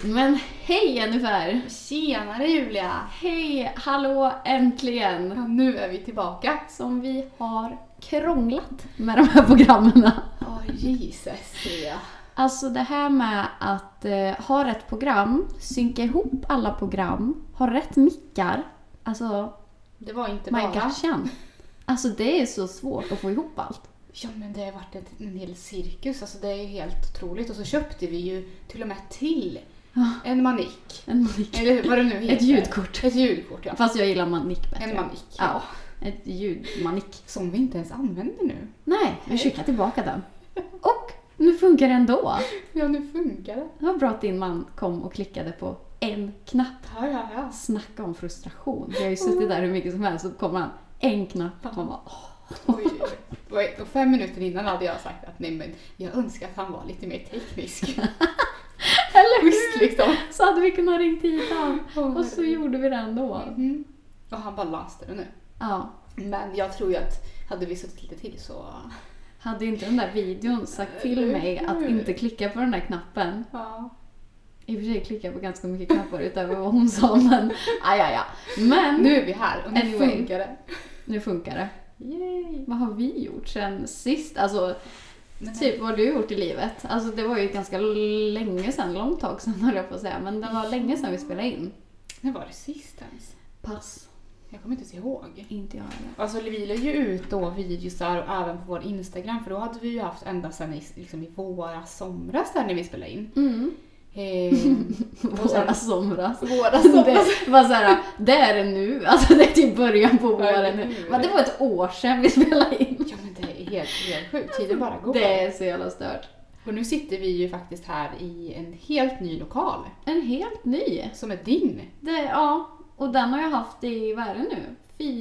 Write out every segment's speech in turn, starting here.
Men hej Jennifer! Tjenare Julia! Hej, hallå, äntligen! Ja, nu är vi tillbaka. Som vi har krånglat med de här programmen. Jesus, ja. Alltså det här med att ha rätt program, synka ihop alla program, ha rätt mickar. Alltså, det var inte my bara. gosh. Alltså det är så svårt att få ihop allt. Ja, men det har varit en hel cirkus. Alltså det är ju helt otroligt. Och så köpte vi ju till och med till en manik. En manik. Eller vad det nu heter. Ett ljudkort. Ett ljudkort, ja. Fast jag gillar manik bättre. En manik. Ja, ett ljudmanik. Som vi inte ens använder nu. Nej, vi skickar tillbaka den. Och nu funkar det ändå. Ja, nu funkar det. Det var bra att din man kom och klickade på en knapp. Ja. Snacka om frustration. Jag har ju suttit där hur mycket som helst så kommer han en knapp. Man bara, Oj. Och 5 minuter innan hade jag sagt att nej, men jag önskar att han var lite mer teknisk. Eller Schysst, liksom. Så hade vi kunnat ringa hit han. Och så gjorde vi det ändå. Mm. Och han bara löste det nu. Ja. Men jag tror ju att hade vi suttit lite till så... Hade inte den där videon sagt till mig att inte klicka på den där knappen. Ja. I och för sig klicka på ganska mycket knappar utöver vad hon sa. Men ja. Men nu är vi här och nu anyway, funkar det. Nu funkar det. Yay. Vad har vi gjort sen sist? Alltså, typ vad har du gjort i livet? Alltså det var ju ganska länge sedan, långt tag sedan höll jag på att säga. Men det var länge sedan vi spelade in. När var det sist ens? Pass. Jag kommer inte ihåg. Inte jag heller. Alltså vi la ju ut då videosar och även på vår Instagram. För då hade vi ju haft ända sedan i våra somras där när vi spelade in. Våra somras. Våra somras. Det var såhär, det är det nu. Alltså det är typ början på våren nu. Men det var ett år sedan vi spelade in. Ja, men det är helt sjukt. Tiden bara går. Det är så jävla stört. Och nu sitter vi ju faktiskt här i en helt ny lokal. En helt ny. Som är din. Ja, och den har jag haft i, vad är det nu?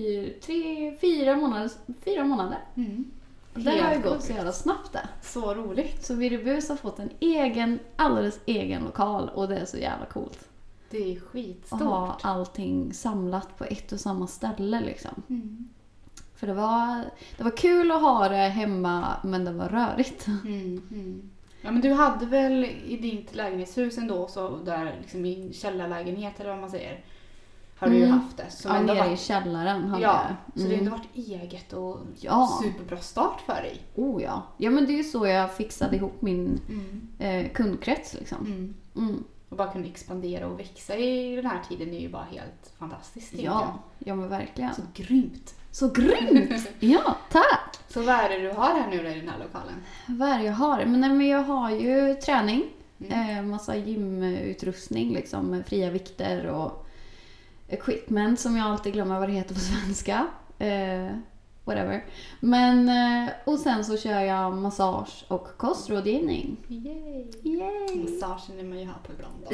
4 månader. 4 månader. Det har ju gått så jävla snabbt det. Så roligt. Så Viribus har fått alldeles egen lokal och det är så jävla coolt. Det är skitstort. Att ha allting samlat på ett och samma ställe liksom. För det var kul att ha det hemma, men det var rörigt. Ja, men du hade väl i ditt lägenhetshus ändå, så där liksom i källarlägenhet eller vad man säger, har du ju haft det. Så nere i källaren hade jag. Så det har ändå varit eget och superbra start för dig. Oh ja. Ja, men det är ju så jag fixade ihop min kundkrets liksom. Och bara kunna expandera och växa i den här tiden är ju bara helt fantastiskt. Ja men verkligen. Så grymt. Så grymt! Ja, tack! Så vad är det du har här nu i den här lokalen? Vad är det jag har? Men jag har ju träning. Massa gymutrustning liksom. Fria vikter och equipment som jag alltid glömmer vad det heter på svenska. Whatever. Men, och sen så kör jag massage och kostrådgivning. Yay! Massagen är man ju här på ibland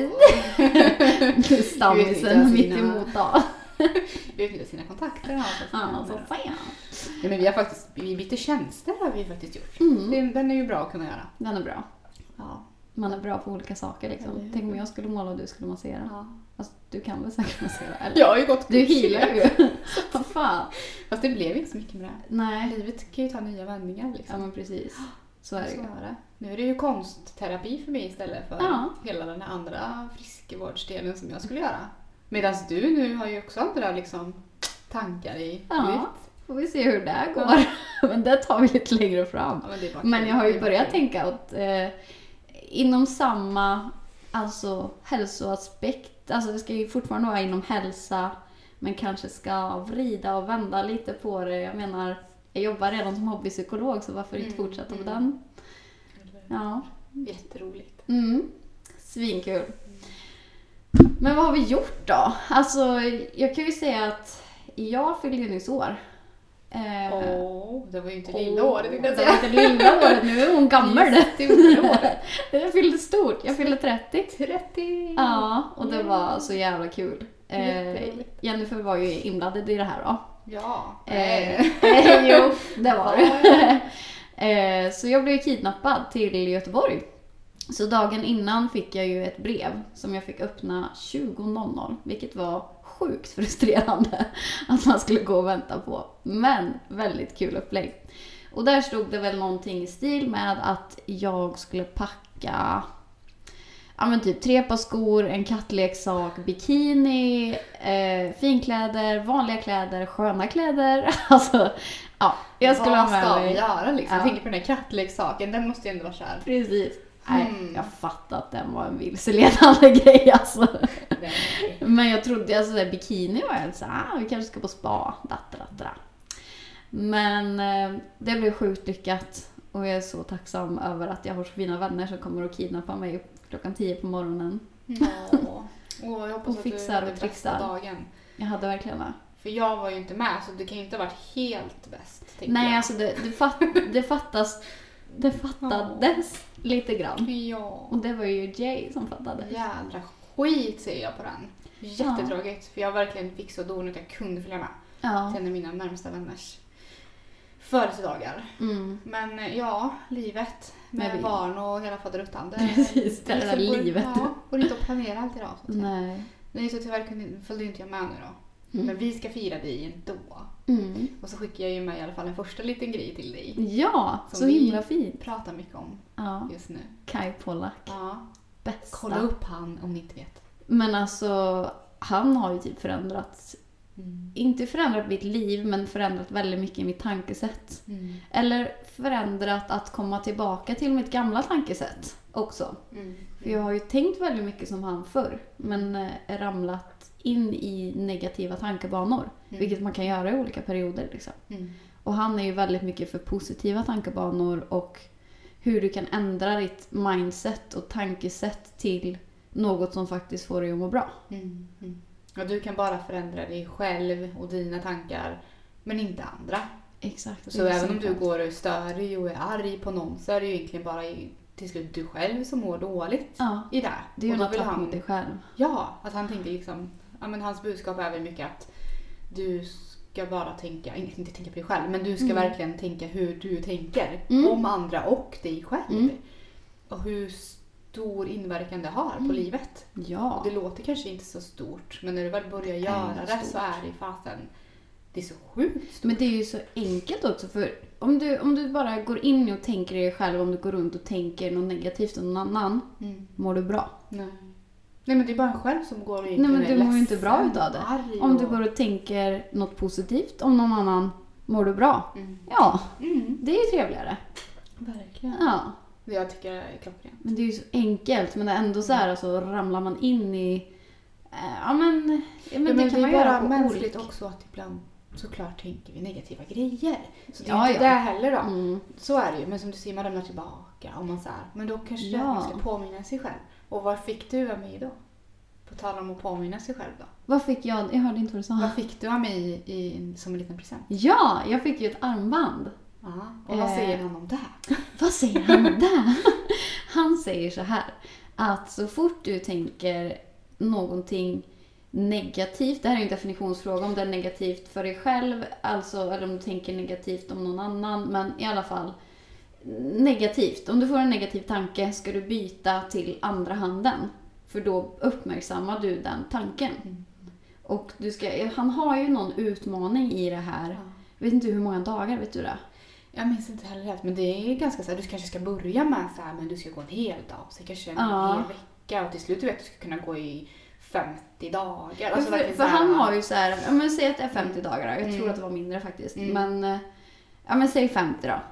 då. Stammisen mitt emot då. Vi utnyttjar sina kontakter. Så men vi byter tjänster har vi faktiskt gjort. Den är ju bra att kunna göra. Den är bra. Ja. Man är bra på olika saker liksom. Tänk om jag skulle måla och du skulle massera. Ja. Alltså, du kan väl säkert massera? Eller? Jag har ju gått. Du healar ju. Vad fan. Fast det blev inte så mycket med det. Nej. Livet kan ju ta nya vändningar liksom. Ja, men precis. Så är det ju. Nu är det ju konstterapi för mig istället för hela den andra friskvårdsdelen som jag skulle göra. Medan du nu har ju också andra liksom tankar i ditt. Får vi se hur det går. Men det tar vi lite längre fram. Ja, men jag har ju börjat tänka att inom samma hälsoaspekt. Alltså det ska ju fortfarande vara inom hälsa. Men kanske ska vrida och vända lite på det. Jag menar, jag jobbar redan som hobbypsykolog. Så varför inte fortsätta på den? Ja. Jätteroligt. Svinkul. Men vad har vi gjort då? Alltså, jag kan ju säga att jag fyllde ju nyss år. Det var ju inte lilla året. Det var inte lilla året, nu är hon gammal. Jag fyllde stort, jag fyllde 30. 30! Ja, och det var så jävla kul. Jennifer var ju inblandad i det här då. Ja. Jo, det var det. Så jag blev kidnappad till Göteborg. Så dagen innan fick jag ju ett brev som jag fick öppna 20:00, vilket var sjukt frustrerande att man skulle gå och vänta på. Men väldigt kul upplägg. Och där stod det väl någonting i stil med att jag skulle packa ja men typ 3 par skor, en kattleksak, bikini, finkläder, vanliga kläder, sköna kläder. Alltså, ja, jag skulle ha med mig. Vad ska mig. vi göra liksom? Jag tänker på den här kattleksaken, den måste ju ändå vara kär. Precis. Nej, jag fattar att den var en vilseledande grej alltså. Men jag trodde, alltså där bikini var jag så vi kanske ska på spa, dattera. Men det blev sjukt lyckat. Och jag är så tacksam över att jag har så fina vänner som kommer och kidnappar mig klockan 10 på morgonen. Jag hoppas att du hade bästa dagen. Jag hade verkligen det. För jag var ju inte med, så det kan ju inte ha varit helt bäst. Nej, alltså det fattades lite grann. Ja. Och det var ju Jay som fattade. Jädra skit säger jag på den. Jättetråkigt, för jag verkligen fick så dåligt att jag kunde följa med. Ja. Till mina närmsta vänners födelsedagar. Men ja, livet med barn och hela faderuttan. Precis, det är livet. Ja, och inte att planera allt idag. Nej. Nej, så tyvärr följde inte jag med nu då. Men vi ska fira dig ändå. Och så skickar jag ju med i alla fall en första liten grej till dig. Ja, så himla fint. Vi pratar mycket om just nu. Kai Pollak. Ja. Bästa. Kolla upp han om ni inte vet. Men alltså, han har ju typ förändrats. Inte förändrat mitt liv, men förändrat väldigt mycket i mitt tankesätt. Eller förändrat att komma tillbaka till mitt gamla tankesätt också. För jag har ju tänkt väldigt mycket som han förr, men ramlat in i negativa tankebanor. Vilket man kan göra i olika perioder liksom. Och han är ju väldigt mycket för positiva tankebanor och hur du kan ändra ditt mindset och tankesätt till något som faktiskt får dig att må bra. Och du kan bara förändra dig själv och dina tankar, men inte andra. Exakt. Så även om du går och stör dig och är arg på någon, så är det ju egentligen bara till slut du själv som mår dåligt i det. Det är ju något tack mot dig själv. Ja, att han tänker liksom, men hans budskap är väl mycket att du ska bara tänka, inte tänka på dig själv, men du ska verkligen tänka hur du tänker om andra och dig själv. Och hur stor inverkan det har på livet. Ja. Och det låter kanske inte så stort, men när du väl börjar göra det så är det fasen, det är så sjukt stort. Men det är ju så enkelt också, för om du bara går in och tänker dig själv, om du går runt och tänker något negativt om någon annan, mår du bra? Nej, men det är bara en själv som går in. Nej, men du mår ju inte bra utav det. Om du går och tänker något positivt om någon annan, mår du bra? Ja, det är ju trevligare. Verkligen. Ja. Jag tycker det är klockrent. Men det är ju så enkelt, men det är ändå så här, så ramlar man in i men det kan man göra på mänskligt också att ibland såklart tänker vi negativa grejer. Så det är inte det heller då. Så är det ju. Men som du säger, man ramlar tillbaka och man så här, men då kanske man ska påminna sig själv. Och vad fick du av mig då? På tal om att påminna sig själv då. Vad fick jag? Jag hörde inte vad du sa. Vad fick du av mig som en liten present? Ja, jag fick ju ett armband. Och vad säger han om det? Vad säger han om det? Han säger så här, att så fort du tänker någonting negativt, det här är en definitionsfråga om det är negativt för dig själv, alltså, eller om du tänker negativt om någon annan, men i alla fall negativt. Om du får en negativ tanke ska du byta till andra handen, för då uppmärksammar du den tanken. Och han har ju någon utmaning i det här. Jag vet inte hur många dagar, vet du det? Jag minns inte heller rätt, men det är ganska så här, du kanske ska börja med så här, men du ska gå en hel dag, så kanske en hel vecka, och till slut du vet du ska kunna gå i 50 dagar. Alltså, för han har ju så här, men säg att det är 50 dagar, jag tror att det var mindre faktiskt, men säg 50 då.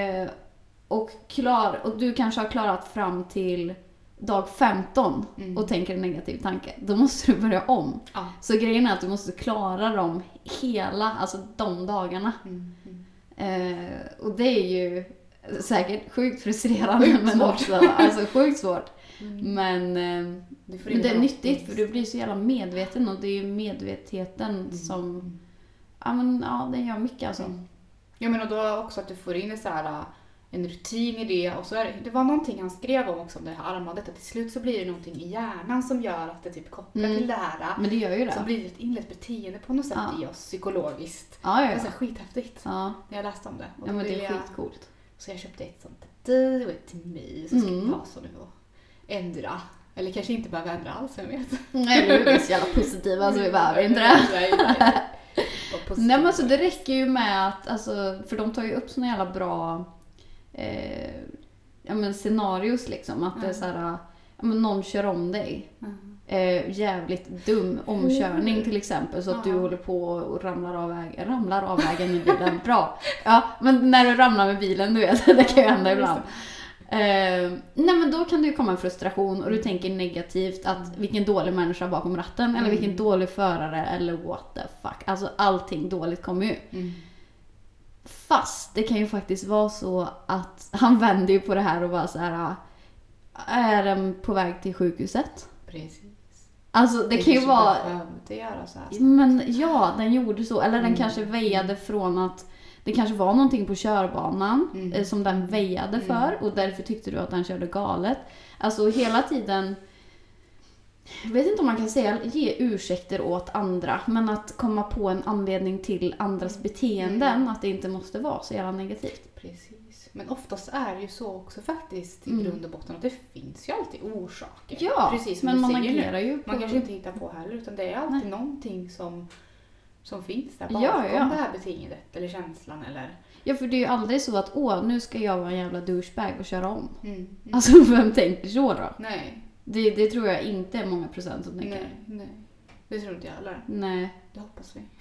Och du kanske har klarat fram till dag 15 och tänker en negativ tanke, då måste du börja om. Så grejen är att du måste klara dem hela, alltså de dagarna. Och det är ju säkert sjukt frustrerande, men också alltså sjukt svårt. Men det är nyttigt, för du blir så jävla medveten, och det är ju medvetenheten som den gör mycket alltså. Ja, men och då också att du får in en rutin i det, och så det var någonting han skrev om också, om det här armbandet, att till slut så blir det någonting i hjärnan som gör att det typ kopplar till det här. Men det gör ju det. Så blir det ett inlett beteende på något sätt i oss psykologiskt. Ja. Det är så skithäftigt när jag läste om det. Och ja, men det är skitcoolt. Så jag köpte ett sånt till mig, så ska vi ha så nu och ändra. Eller kanske inte behöver ändra alls, jag vet. Nej, vi är så jävla positiva så vi behöver inte det. Nej, men alltså det räcker ju med att, alltså, för de tar ju upp såna jävla bra scenarios liksom, att det är så här, men någon kör om dig. Jävligt dum omkörning till exempel, så att du håller på och ramlar av vägen med bilen. Bra. Ja, men när du ramlar med bilen, du vet, det kan ju hända ibland. Nej, men då kan det ju komma en frustration och du tänker negativt att vilken dålig människa bakom ratten eller vilken dålig förare eller what the fuck. Alltså allting dåligt kommer ju. Fast det kan ju faktiskt vara så att han vänder ju på det här och bara så här: är den på väg till sjukhuset? Precis. Alltså det kan ju vara... Det göra så här. Men ja, den gjorde så. Eller den kanske väjade från att det kanske var någonting på körbanan som den väjade för. Och därför tyckte du att den körde galet. Alltså hela tiden... Jag vet inte om man kan säga ge ursäkter åt andra. Men att komma på en anledning till andras beteenden. Att det inte måste vara så jävla negativt. Precis. Men oftast är det ju så också faktiskt i grund och botten att det finns ju alltid orsaker. Ja, precis som men du man säger agerar nu. ju på... Man kanske inte hittar på heller, utan det är alltid någonting som finns där bakom Ja. det här beteendet eller känslan eller... Ja, för det är ju aldrig så att nu ska jag vara en jävla douchebag och köra om. Alltså vem tänker så då? Nej. Det tror jag inte är många procent som tänker. Nej. Det tror inte jag heller. Nej. Det hoppas vi.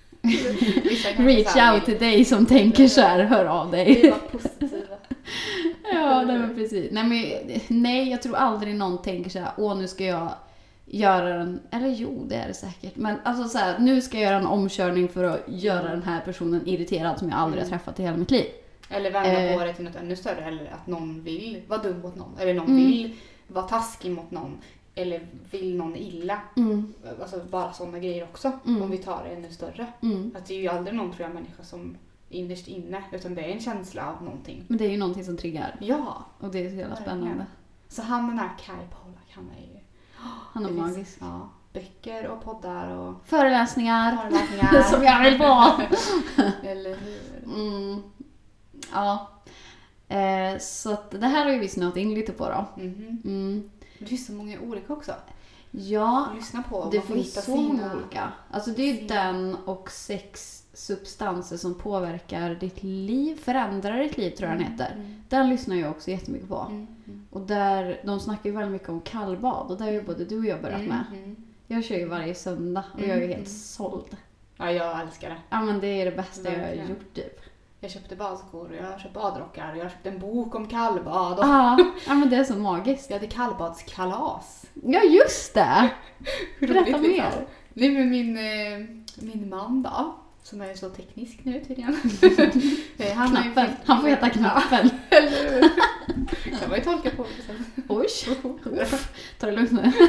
Reach out till dig som tänker så här, hör av dig. Vi var positiva. Ja, men precis. Nej, jag tror aldrig någon tänker så här: nu ska jag göra en... Eller jo, det är det säkert. Men alltså så här, nu ska jag göra en omkörning för att göra den här personen irriterad som jag aldrig har träffat i hela mitt liv. Eller vända på det till något ännu större. Eller att någon vill vara dum mot någon. Eller någon vill vara taskig mot någon. Eller vill någon illa. Alltså bara sådana grejer också. Om vi tar det ännu större. Att det är ju aldrig någon, tror jag, människa som innerst inne. Utan det är en känsla av någonting. Men det är ju någonting som triggar. Ja. Och det är så jävla spännande. Så den här Kai Pollak, han är ju... Han är magisk. Ja. Böcker och poddar och... Föreläsningar. Som jag vill på. Eller hur? Ja. Så att det här har ju vi snöat in lite på då. Det finns så många olika också. Ja, lyssna på. Det finns så många olika. Alltså det är ju den och 6 substanser som påverkar ditt liv, förändrar ditt liv, tror jag den heter. Den lyssnar jag också jättemycket på. Och där, de snackar ju väldigt mycket om kallbad. Och där är ju både du och jag börjat med. Jag kör ju varje söndag och jag är ju helt såld. Ja, jag älskar det. Ja, men det är det bästa jag har gjort typ. Jag köpte badskor och jag har köpt badrockar och jag har köpt en bok om kallbad. Och... Ja, men det är så magiskt. Jag hade kallbadskalas. Ja, just det. Berätta mer. Liksom. Nej, men min man då, som är så teknisk nu tydligen. Knappen. Han får heta Knappen. Eller hur? Kan man ju tolka på det sen. Oj. Ta det lugnt nu.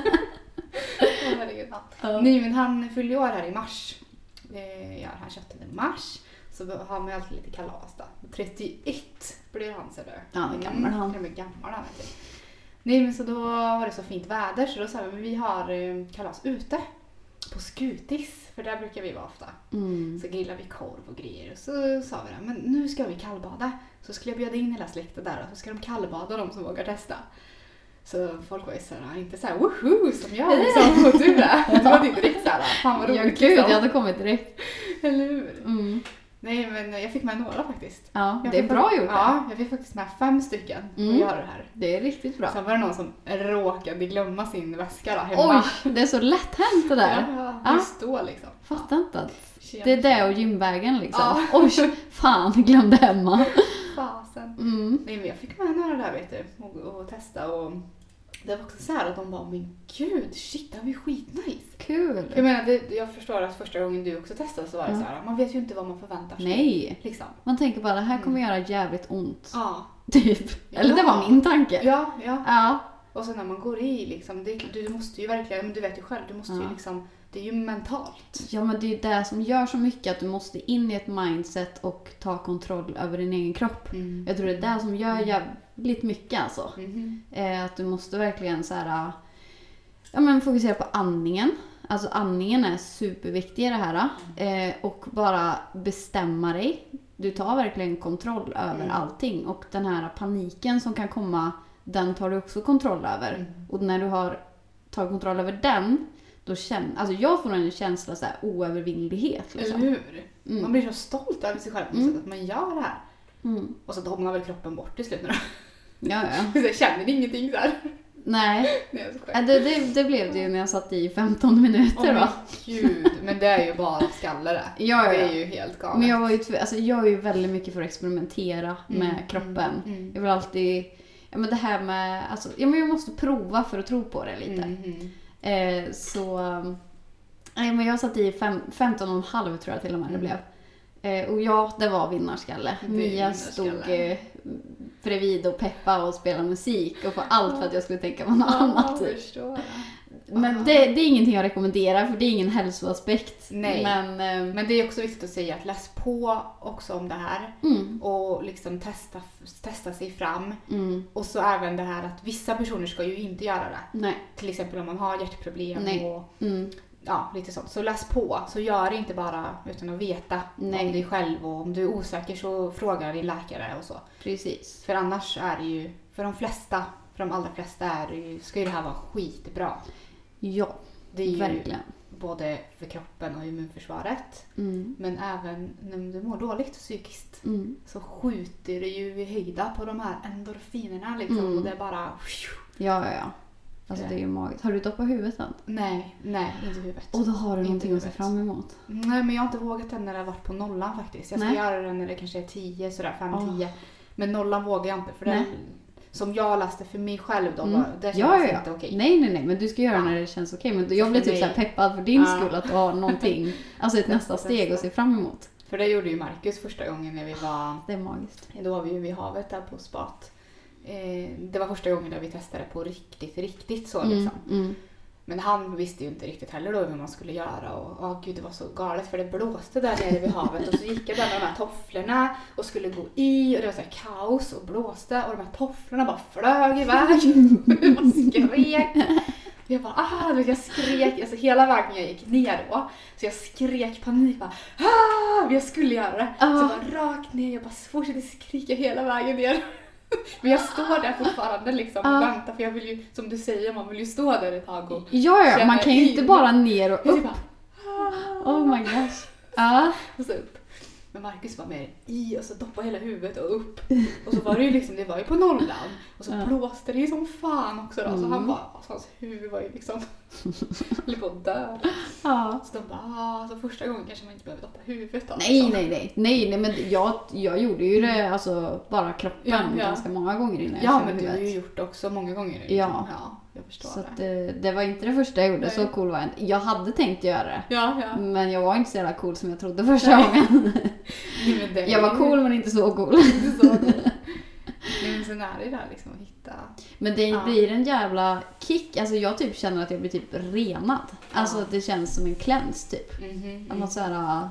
Nej, men han fyllde år här i mars. Han 28 mars. Så har man alltid lite kalas då. 31 blir han så där. Ja, det är gammal han. Han är gammal han, vet du. Nej, men så då var det så fint väder så då sa vi, men vi har kalas ute på Skutis, för där brukar vi vara ofta. Så grillar vi korv och grejer och så sa vi det, men nu ska vi kallbada. Så skulle jag bjuda in hela släkten där och så ska de kallbada, de som vågar testa. Så folk var ju såhär, inte såhär woohoo som jag liksom, och du är. Det var inte direkt såhär, fan vad roligt. Ja, gud, jag hade kommit direkt. Eller hur? Nej, men jag fick med några faktiskt. Ja, det är bra gjort. Ja, jag fick faktiskt med 5 stycken att göra det här. Det är riktigt bra. Sen var det någon som råkade glömma sin väska då, hemma. Oj, det är så lätt hänt det där. Ja, just då liksom. Fattar inte. Det är det och gymvägen liksom. Ja. Oj, fan, glömde hemma. Fasen. Nej, men jag fick med några där, vet du, och testa och... Det var också så här att de bara, men gud, shit, det var ju skitnice. Kul. Jag menar, jag förstår att första gången du också testade så var det så här, man vet ju inte vad man förväntar sig. Nej. Liksom. Man tänker bara, det här kommer göra jävligt ont. Ja. Typ. Eller det var min tanke. Ja. Och sen när man går i liksom, du måste ju verkligen, men du vet ju själv, du måste ju liksom, det är ju mentalt. Ja, men det är ju det som gör så mycket, att du måste in i ett mindset och ta kontroll över din egen kropp. Jag tror det är det som gör jävligt mycket alltså. Att du måste verkligen så här, fokusera på andningen. Alltså andningen är superviktig i det här. Och bara bestämma dig. Du tar verkligen kontroll över allting. Och den här paniken som kan komma, den tar du också kontroll över. Och när du har tagit kontroll över den, då alltså jag får en känsla så här oövervinnlighet. Liksom. Eller hur? Man blir så stolt över sig själv på sätt att man gör det här. Och så domnar väl kroppen bort till slut nu då. Ja. Så jag känner ingenting där. Nej. Nej, jag skojar. Det blev det ju när jag satt i 15 minuter va? Gud, men det är ju bara skalle det. Ja. Det är ju helt galet. Men jag är ju väldigt mycket för att experimentera med kroppen. Jag vill alltid, men det här med, alltså, men jag måste prova för att tro på det lite. Men jag satt i 15,5 tror jag till och med det blev. Och ja, det var vinnarskalle. Mia stod bredvid och peppa och spela musik och få allt för att jag skulle tänka på något annat. Förstår. Men det är ingenting jag rekommenderar för det är ingen hälsoaspekt. Nej, men det är också viktigt att säga att läs på också om det här och liksom testa sig fram. Och så även det här att vissa personer ska ju inte göra det. Nej. Till exempel om man har hjärtproblem och ja, lite sånt. Så läs på, så gör det inte bara utan att veta om dig själv och om du är osäker så fråga din läkare och så. Precis. För annars är det ju, för de allra flesta ska ju det här vara skitbra. Ja, det är ju verkligen. Både för kroppen och immunförsvaret. Men även när du mår dåligt psykiskt så skjuter det ju i höjda på de här endorfinerna liksom. Och det är bara... Ja. Alltså det är ju magiskt. Har du doppat huvudet än? Nej, inte huvudet. Och då har du någonting att se fram emot. Nej, men jag har inte vågat än när det har varit på nollan faktiskt. Jag ska göra det när det kanske är 10, sådär 5-10. Men nollan vågar jag inte för det. Som jag läste för mig själv då, det känns inte okej. Nej, men du ska göra när det känns okej. Men jag blir typ så här peppad för din skull att du har någonting, alltså ett nästa steg att se fram emot. För det gjorde ju Marcus första gången när vi var... Det är magiskt. Då var vi ju vid havet där på spat. Det var första gången där vi testade på riktigt så liksom. Men han visste ju inte riktigt heller då hur man skulle göra och gud det var så galet för det blåste där nere vid havet och så gick jag där med de här tofflorna och skulle gå i och det var så här kaos och blåste och de här tofflorna bara flög iväg och skrek. Jag bara, jag skrek, alltså hela vägen jag gick ner då så jag skrek panik bara, jag skulle göra det. Så jag bara rakt ner, jag bara fortsatte skrika hela vägen ner. Men jag står där fortfarande liksom och väntar för jag vill ju, som du säger, man vill ju stå där ett tag och ja, man kan ju inte bara ner och upp. Bara, oh my gosh. Och så upp. Men Marcus var med i och så doppade hela huvudet och upp. Och så var det ju liksom, det var ju på nollan. Och så blåste det ju som fan också då. Så han bara, alltså, hans huvud var ju liksom höll på att dö. Så de bara, så första gången kanske man inte behöver doppa huvudet då. Nej, men jag gjorde ju det alltså bara kroppen ganska många gånger innan jag men du har ju gjort det också många gånger. Liksom. Ja, jag förstår så det var inte det första jag gjorde, så cool var jag inte. Jag hade tänkt göra det. Ja. Men jag var inte så jävla cool som jag trodde första gången. Jag var cool men inte så cool. Men sen är det där liksom att hitta... Men det blir en jävla kick. Alltså jag typ känner att jag blir typ renad. Alltså att det känns som en cleanse typ. Att man såhär...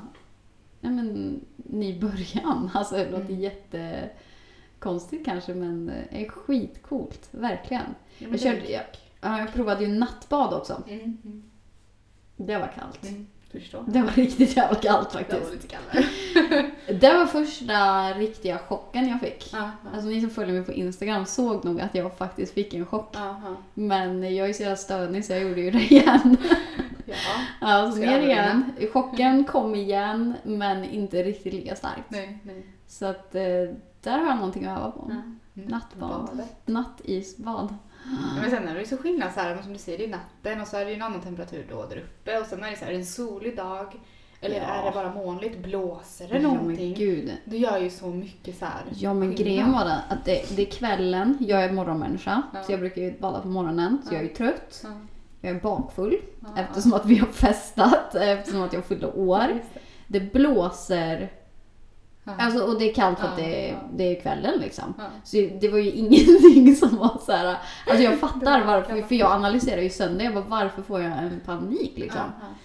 ny början. Alltså det låter jättekonstigt kanske, men det är skitcoolt. Verkligen. Jag provade ju nattbad också. Det var kallt. Det var riktigt jävla kallt faktiskt. Det var lite kallare. Det var första riktiga chocken jag fick. Alltså ni som följer mig på Instagram såg nog att jag faktiskt fick en chock. Men jag är så jävla stönig så jag gjorde ju det igen. Alltså ner igen. Chocken kom igen men inte riktigt lika starkt. Nej. Så att där har jag någonting att öva på. Nattbad. Nattisbad. Men sen är det ju så skillnad så här, som du säger, det är natten och så är det ju en annan temperatur då där uppe och sen är det så här, en solig dag eller är det bara molnigt, blåser det någonting? Men gud. Du gör ju så mycket så här. Ja, men grejen var det att det är kvällen, jag är morgonmänniska så jag brukar ju bada på morgonen så jag är ju trött. Jag är bakfull eftersom att vi har festat, eftersom att jag fyllde år. Det blåser. Alltså, och det är kallt för att det är kvällen liksom. Så det var ju ingenting som var så här. Alltså jag fattar varför, för jag analyserar ju sönder. Jag bara, varför får jag en panik liksom?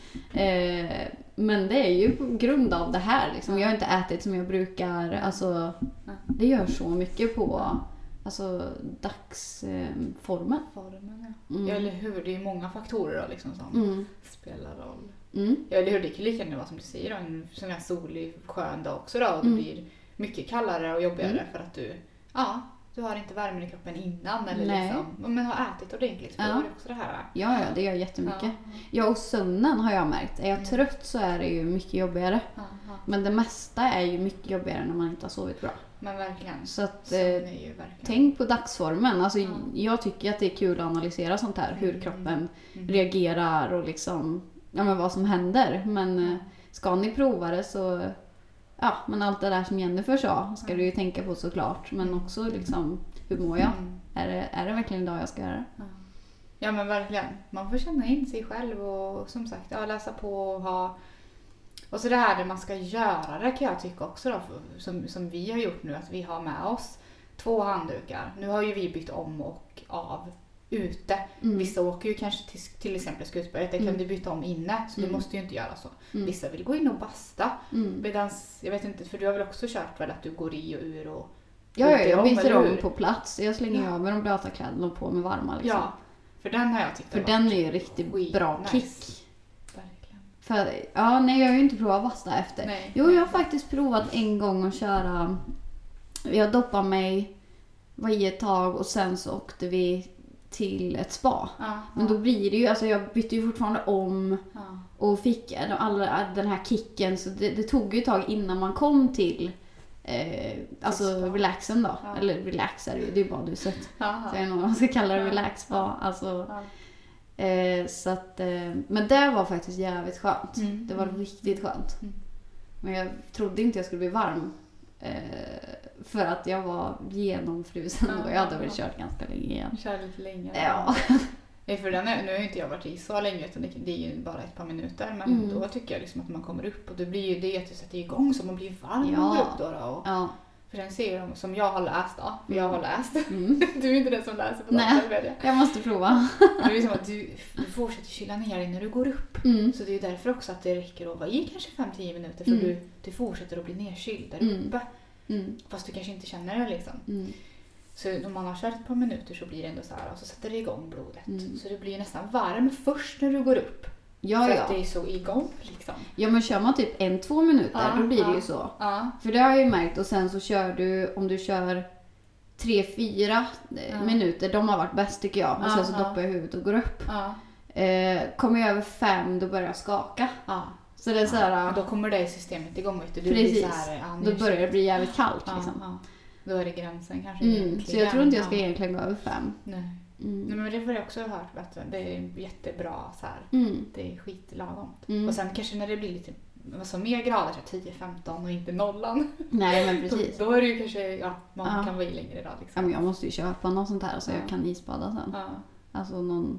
Men det är ju på grund av det här liksom. Jag har inte ätit som jag brukar. Alltså, det gör så mycket på alltså, dagsformen. Ja, eller hur? Det är ju många faktorer då, liksom, som spelar roll. Ja, eller hur? Det kan lika gärna vara som du säger då, en sån här solig skön dag också då, och det blir mycket kallare och jobbigare för att du du har inte värmen i kroppen innan eller liksom, men har ätit ordentligt så är det också det här. Ja, det gör jättemycket. Ja, och sömnen har jag märkt. Är jag trött så är det ju mycket jobbigare. Men det mesta är ju mycket jobbigare när man inte har sovit bra. Men verkligen. Så att tänk på dagsformen. Alltså, jag tycker att det är kul att analysera sånt här. Hur kroppen reagerar och liksom, men vad som händer. Men ska ni prova det så, men allt det där som Jennifer sa ska du ju tänka på såklart. Men också liksom, hur mår jag? Är det verkligen idag jag ska göra det? Ja, men verkligen. Man får känna in sig själv och som sagt, läsa på och ha. Och så det här där man ska göra det kan jag tycka också då, som vi har gjort nu, att vi har med oss 2 handdukar. Nu har ju vi bytt om och av ute. Vissa åker ju kanske till exempel Skutberget, det kan du byta om inne, så du måste ju inte göra så. Vissa vill gå in och basta. Medans, jag vet inte, för du har väl också kört väl att du går i och ur och jag byter om på plats. Jag slänger av med de blöta kläderna och på med varma liksom. Ja, för den har jag tyckt. För den är ju riktigt bra nice. kick. För, jag har ju inte provat basta efter. Nej. Jo, jag har faktiskt provat en gång att köra. Jag doppade mig varje tag och sen så åkte vi till ett spa. Men då blir det ju, alltså jag bytte ju fortfarande om och fick den här kicken. Så det tog ju ett tag innan man kom till alltså relaxen då. Eller relax är det är badhuset. Så jag vet inte om man ska kalla det relax spa. Alltså, så att, men det var faktiskt jävligt skönt. Det var riktigt skönt. Men jag trodde inte jag skulle bli varm. För att jag var genomfrusen och jag hade väl kört ganska länge igen. Kört lite länge. Ja. För nu har inte jag varit i så länge, utan det är ju bara ett par minuter. Men då tycker jag liksom att man kommer upp och det blir ju det att du sätter igång så man blir varm när man går upp då. Och för sen ser de som jag har läst då. För jag har läst. Du är inte den som läser på datorn. Nej, jag måste prova. Det är som att du fortsätter kyla ner dig när du går upp. Så det är därför också att det räcker att vara i kanske 5-10 minuter. För du fortsätter att bli nedkyld där uppe. Fast du kanske inte känner det liksom. Så om man har kört ett par minuter så blir det ändå så här. Och så sätter det igång blodet. Så det blir nästan varm först när du går upp. För att det är så igång liksom. Ja, men kör man typ 1-2 minuter då blir det ju så. För det har jag ju märkt. Och sen så kör du, om du kör 3-4 minuter, de har varit bäst tycker jag. Och sen så doppar jag huvudet och går upp. Kommer jag över 5 då börjar jag skaka. Så det är så här, då kommer det systemet igång. Vet du. Precis, så här, då börjar det bli jävligt kallt liksom. Då är det gränsen kanske. Så jag tror inte jag ska egentligen gå över 5. Nej. Nej, men det har jag också hört att det är jättebra så här. Det är skitlagom. Och sen kanske när det blir lite alltså, mer grader, 10-15 och inte nollan. Nej, men precis. Då är det ju kanske, man kan vara i längre idag. Liksom. Ja, men jag måste ju köpa något sånt här så jag kan isbada sen. Alltså någon...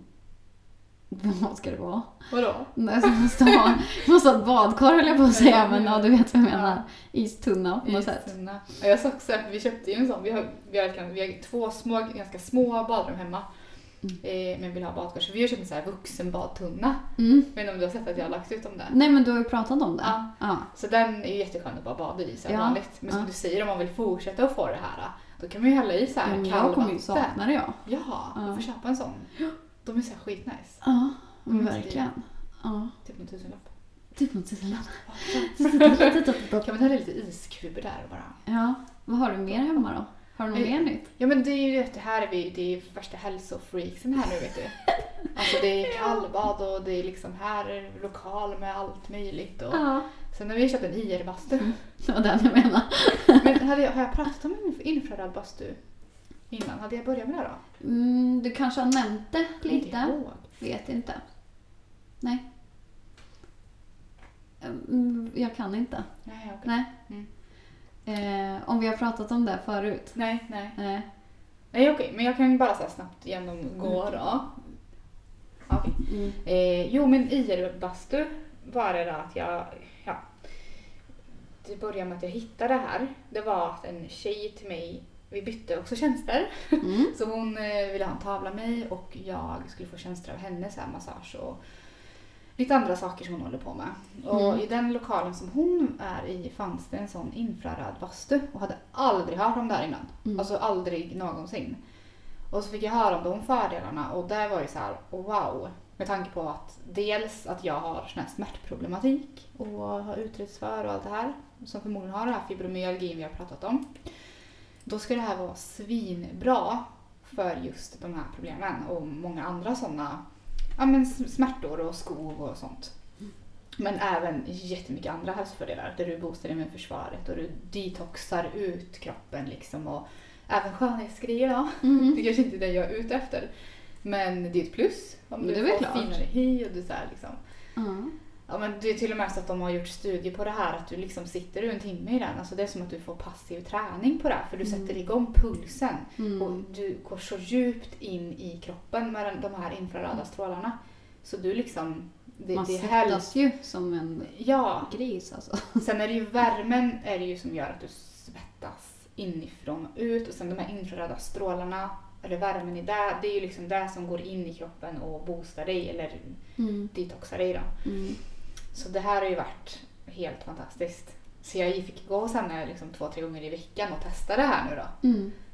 Vad ska det vara? Vadå? Nej, så måste ha ett badkar eller jag på att säga, men du vet vad jag menar. Istunna på något sätt. Jag sa också att vi köpte ju en sån. Vi har 2 ganska små badrum hemma. Men vill ha badkar. Så vi har köpt en sån här vuxenbadtunna. Men om du har sett att jag har lagt ut om det. Nej, men du har ju pratat om det. Ja. Så den är ju jätteskön att bara bada i så vanligt. Men som du säger, om man vill fortsätta att få det här, då kan man ju hälla i så här kallvatten. Jag kommer ju sakna det, Ja, du får köpa en sån. De är så här skitnice. Ja, verkligen. Typ en 1000-lapp. Typ en 1000-lapp. Kan man hälla lite iskuber där och bara... Ja, vad har du mer hemma då? Har du något mer nytt? Ja, men det är ju det här det är värsta hälsofreaksen här nu, vet du. Alltså det är kallbad och det är liksom här lokal med allt möjligt. Och sen har vi köpt en IR-bastu. Det var den jag menar. Men har jag pratat om en infraröd bastu innan? Hade jag börjat med det då? Du kanske har nämnt det lite. Inte vet inte. Nej. Jag kan inte. Nej, okay. Nej. Om vi har pratat om det förut. Nej, okej. Men jag kan bara så snabbt genomgå då. Okay. Jo, men IR-bastu var det då att det började med att jag hittade det här. Det var att en tjej till mig, vi bytte också tjänster. Så hon ville ha en tavla mig och jag skulle få tjänster av henne, så här massage och lite andra saker som hon håller på med. Och i den lokalen som hon är i fanns det en sån infraröd bastu och hade aldrig hört om det här innan. Alltså aldrig någonsin. Och så fick jag höra om de fördelarna och där var det så här, wow. Med tanke på att dels att jag har sån här smärtproblematik och har utretts för och allt det här. Som förmodligen har det här fibromyalgin vi har pratat om. då ska det här vara svinbra för just de här problemen och många andra sådana smärtor och skov och sånt. Men även jättemycket andra hälsofördelar där du boostar immunförsvaret och du detoxar ut kroppen liksom, och även skönhetsgrejer då. Det kanske inte är det jag är ute efter. Men det är ett plus om du får finare hy och du så här liksom. Ja, men det är till och med så att de har gjort studier på det här att du liksom sitter en timme i den. Alltså det är som att du får passiv träning på det för du sätter igång pulsen och du går så djupt in i kroppen med de här infraröda strålarna. Så du liksom man svettas ju som en gris alltså. Sen är det ju värmen är det ju som gör att du svettas inifrån och ut och sen de här infraröda strålarna eller värmen i det är ju liksom det som går in i kroppen och boostar dig eller detoxar dig då. Så det här har ju varit helt fantastiskt. Så jag fick gå sen liksom 2-3 gånger i veckan och testa det här nu då.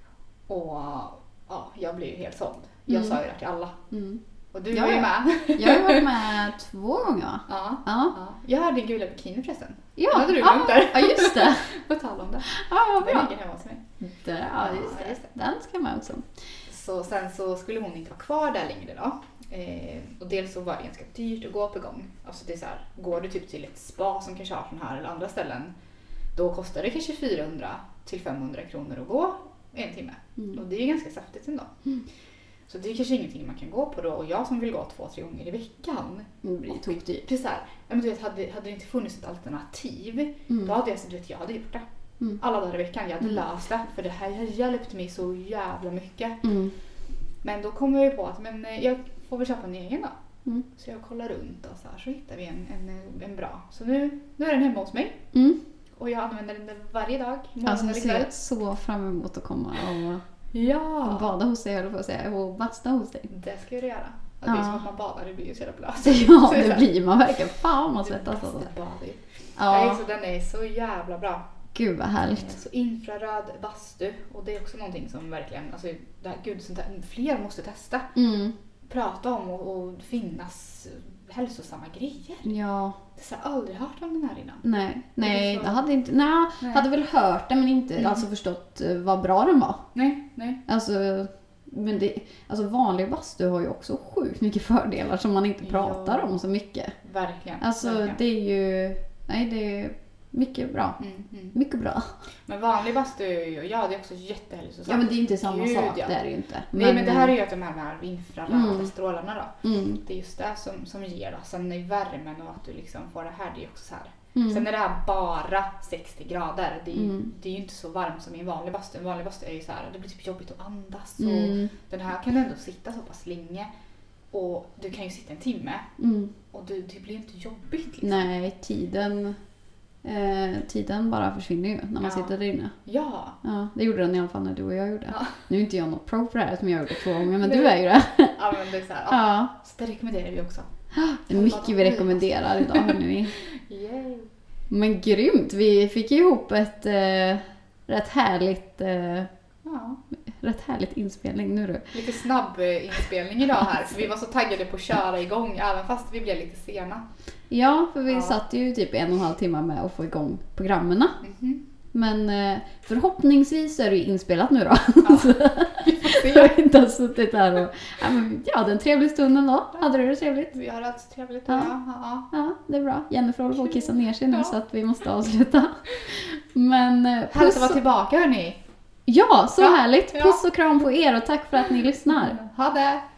Och ja, jag blev ju helt såld. Jag sa ju det till alla. Och du var ju med. Jag har varit med 2 gånger va? Ja. Jag hade en gula bikini förresten. Ja, hade du glömt där. Ja, just det. På tal om det. Ja, vad bra. Den ligger hemma hos mig. Ja, just det. Den ska jag med också. Så sen så skulle hon inte vara kvar där längre då. Och dels så var det ganska dyrt att gå på gång. Alltså det är så här, går du typ till ett spa som kanske har sån här eller andra ställen, då kostar det kanske 400-500 kronor att gå 1 timme. Och det är ju ganska saftigt ändå. Så det är kanske ingenting man kan gå på då. Och jag som vill gå 2-3 gånger i veckan. Det blir tokdyrt. Precis här. Men du vet, hade det inte funnits ett alternativ, då hade jag hade gjort det. Alla dagar i veckan. Jag hade löst det. För det här har hjälpt mig så jävla mycket. Men då kom jag ju på att jag får väl köpa en egen då. Så jag kollar runt och så hittar vi en bra. Så nu är den hemma hos mig. Och jag använder den varje dag. Alltså jag ser så fram emot att komma och bada hos dig, eller på att säga, och basta hos dig. Det ska jag göra. Det är som att man badar, det blir ju så jävla blöt. Ja, det blir man verkligen. Fan man svettas alltså. Nej, så den är så jävla bra. Gud vad härligt. Så infraröd bastu. Och det är också någonting som verkligen, alltså, det här, gud, sånt där, fler måste testa. Prata om och finnas hälsosamma grejer. Ja. Det har jag aldrig hört om den här innan. Nej, jag hade inte, hade väl hört det men inte alltså förstått vad bra den var. Nej. Alltså, men alltså vanlig bastu har ju också sjukt mycket fördelar som man inte pratar om så mycket. Verkligen. Alltså verkligen. Det är ju, det är mycket bra. Mycket bra. Men vanlig bastu är ju, det är också jättehälsosamt. Ja men det är inte samma sak, det är det ju inte. Nej men det här är ju att de här infraröda strålarna då. Det är just det som ger då. Sen i värmen och att du liksom får det här, det är också så här. Sen är det här bara 60 grader. Det är ju inte så varmt som i en vanlig bastu. En vanlig bastu är ju så här, det blir typ jobbigt att andas. Och den här kan ändå sitta så pass länge. Och du kan ju sitta 1 timme. Och det blir inte jobbigt liksom. Nej, tiden bara försvinner ju när man sitter där inne. Ja. Det gjorde den i alla fall när du och jag gjorde. Nu är inte jag något pro på det här som jag gjorde 2 gånger, men du är ju det. Ja, men det är så här. Så det rekommenderar vi också. Det är mycket vi rekommenderar idag, hörni. Yay. Men grymt, vi fick ju ihop ett rätt härligt inspelning nu du. Lite snabb inspelning idag här, för vi var så taggade på att köra igång även fast vi blev lite sena. Ja, för vi satt ju typ 1,5 timmar med att få igång programmen. Men förhoppningsvis är det ju inspelat nu då. Jag har inte suttit där och den trevlig stunden då. Hade du det trevligt? Vi har haft trevligt. Ja, det är bra. Jennifer håller på att kissa ner sig nu så att vi måste avsluta. Men härligt att vara tillbaka hörni. Ja, så härligt. Puss och kram på er och tack för att ni lyssnar. Ha det!